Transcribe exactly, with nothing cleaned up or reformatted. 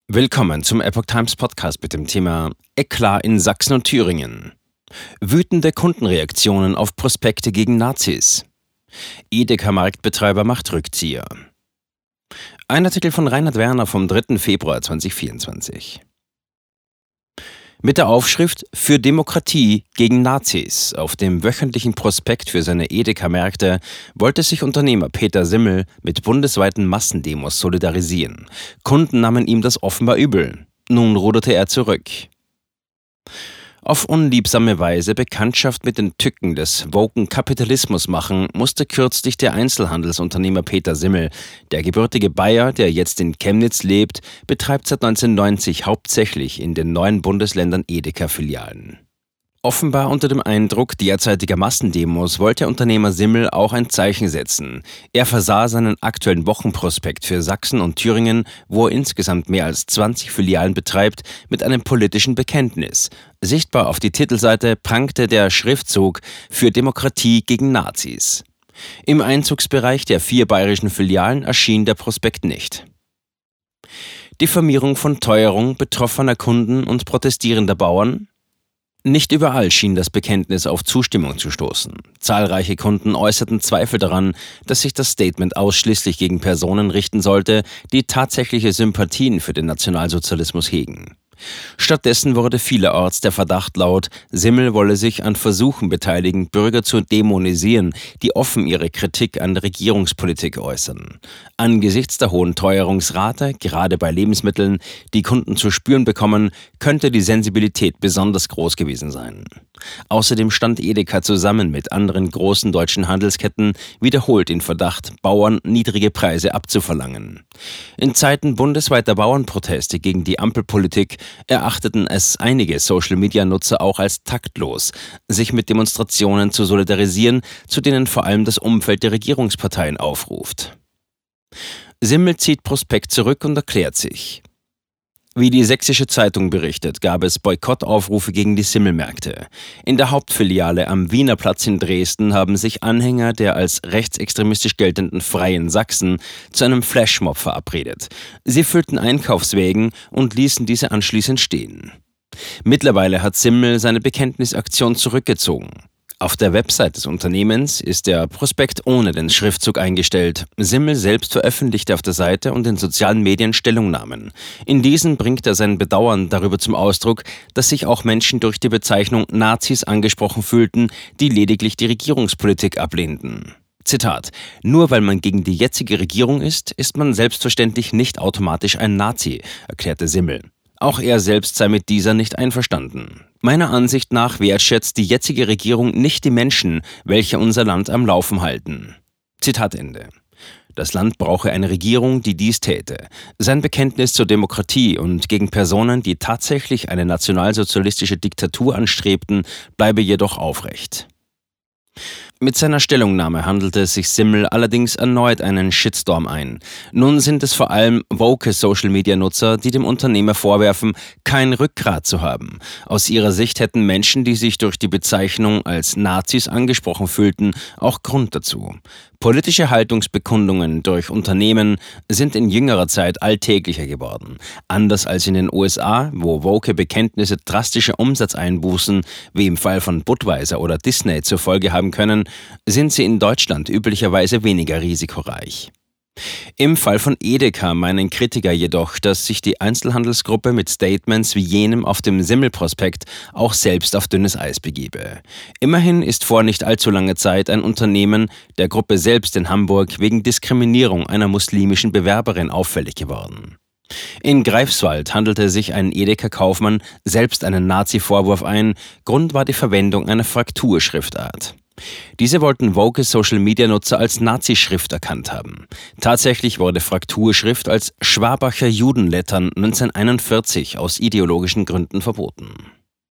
Willkommen zum Epoch Times Podcast mit dem Thema Eklat in Sachsen und Thüringen. Wütende Kundenreaktionen auf Prospekte gegen Nazis. Edeka-Marktbetreiber macht Rückzieher. Ein Artikel von Reinhard Werner vom dritten Februar zweitausendvierundzwanzig. Mit der Aufschrift »Für Demokratie gegen Nazis« auf dem wöchentlichen Prospekt für seine Edeka-Märkte wollte sich Unternehmer Peter Simmel mit bundesweiten Massendemos solidarisieren. Kunden nahmen ihm das offenbar übel. Nun ruderte er zurück. Auf unliebsame Weise Bekanntschaft mit den Tücken des woken Kapitalismus machen, musste kürzlich der Einzelhandelsunternehmer Peter Simmel. Der gebürtige Bayer, der jetzt in Chemnitz lebt, betreibt seit neunzehnhundertneunzig hauptsächlich in den neuen Bundesländern Edeka-Filialen. Offenbar unter dem Eindruck derzeitiger Massendemos wollte Unternehmer Simmel auch ein Zeichen setzen. Er versah seinen aktuellen Wochenprospekt für Sachsen und Thüringen, wo er insgesamt mehr als zwanzig Filialen betreibt, mit einem politischen Bekenntnis. Sichtbar auf die Titelseite prangte der Schriftzug »Für Demokratie gegen Nazis«. Im Einzugsbereich der vier bayerischen Filialen erschien der Prospekt nicht. Diffamierung von Teuerung betroffener Kunden und protestierender Bauern? Nicht überall schien das Bekenntnis auf Zustimmung zu stoßen. Zahlreiche Kunden äußerten Zweifel daran, dass sich das Statement ausschließlich gegen Personen richten sollte, die tatsächliche Sympathien für den Nationalsozialismus hegen. Stattdessen wurde vielerorts der Verdacht laut, Simmel wolle sich an Versuchen beteiligen, Bürger zu dämonisieren, die offen ihre Kritik an der Regierungspolitik äußern. Angesichts der hohen Teuerungsrate, gerade bei Lebensmitteln, die Kunden zu spüren bekommen, könnte die Sensibilität besonders groß gewesen sein. Außerdem stand Edeka zusammen mit anderen großen deutschen Handelsketten wiederholt in Verdacht, Bauern niedrige Preise abzuverlangen. In Zeiten bundesweiter Bauernproteste gegen die Ampelpolitik erachteten es einige Social-Media-Nutzer auch als taktlos, sich mit Demonstrationen zu solidarisieren, zu denen vor allem das Umfeld der Regierungsparteien aufruft. Simmel zieht Prospekt zurück und erklärt sich. Wie die Sächsische Zeitung berichtet, gab es Boykottaufrufe gegen die Simmel-Märkte. In der Hauptfiliale am Wiener Platz in Dresden haben sich Anhänger der als rechtsextremistisch geltenden Freien Sachsen zu einem Flashmob verabredet. Sie füllten Einkaufswägen und ließen diese anschließend stehen. Mittlerweile hat Simmel seine Bekenntnisaktion zurückgezogen. Auf der Website des Unternehmens ist der Prospekt ohne den Schriftzug eingestellt. Simmel selbst veröffentlichte auf der Seite und in sozialen Medien Stellungnahmen. In diesen bringt er sein Bedauern darüber zum Ausdruck, dass sich auch Menschen durch die Bezeichnung Nazis angesprochen fühlten, die lediglich die Regierungspolitik ablehnten. Zitat: »Nur weil man gegen die jetzige Regierung ist, ist man selbstverständlich nicht automatisch ein Nazi«, erklärte Simmel. Auch er selbst sei mit dieser nicht einverstanden. Meiner Ansicht nach wertschätzt die jetzige Regierung nicht die Menschen, welche unser Land am Laufen halten. Zitat Ende. Das Land brauche eine Regierung, die dies täte. Sein Bekenntnis zur Demokratie und gegen Personen, die tatsächlich eine nationalsozialistische Diktatur anstrebten, bleibe jedoch aufrecht. Mit seiner Stellungnahme handelte sich Simmel allerdings erneut einen Shitstorm ein. Nun sind es vor allem woke Social-Media-Nutzer, die dem Unternehmer vorwerfen, kein Rückgrat zu haben. Aus ihrer Sicht hätten Menschen, die sich durch die Bezeichnung als Nazis angesprochen fühlten, auch Grund dazu. Politische Haltungsbekundungen durch Unternehmen sind in jüngerer Zeit alltäglicher geworden. Anders als in den U S A, wo woke Bekenntnisse drastische Umsatzeinbußen, wie im Fall von Budweiser oder Disney, zur Folge haben können, sind sie in Deutschland üblicherweise weniger risikoreich. Im Fall von Edeka meinen Kritiker jedoch, dass sich die Einzelhandelsgruppe mit Statements wie jenem auf dem Simmel-Prospekt auch selbst auf dünnes Eis begebe. Immerhin ist vor nicht allzu langer Zeit ein Unternehmen der Gruppe selbst in Hamburg wegen Diskriminierung einer muslimischen Bewerberin auffällig geworden. In Greifswald handelte sich ein Edeka-Kaufmann selbst einen Nazi-Vorwurf ein. Grund war die Verwendung einer Frakturschriftart. Diese wollten woke Social-Media-Nutzer als Nazi-Schrift erkannt haben. Tatsächlich wurde Frakturschrift als Schwabacher Judenlettern neunzehnhunderteinundvierzig aus ideologischen Gründen verboten.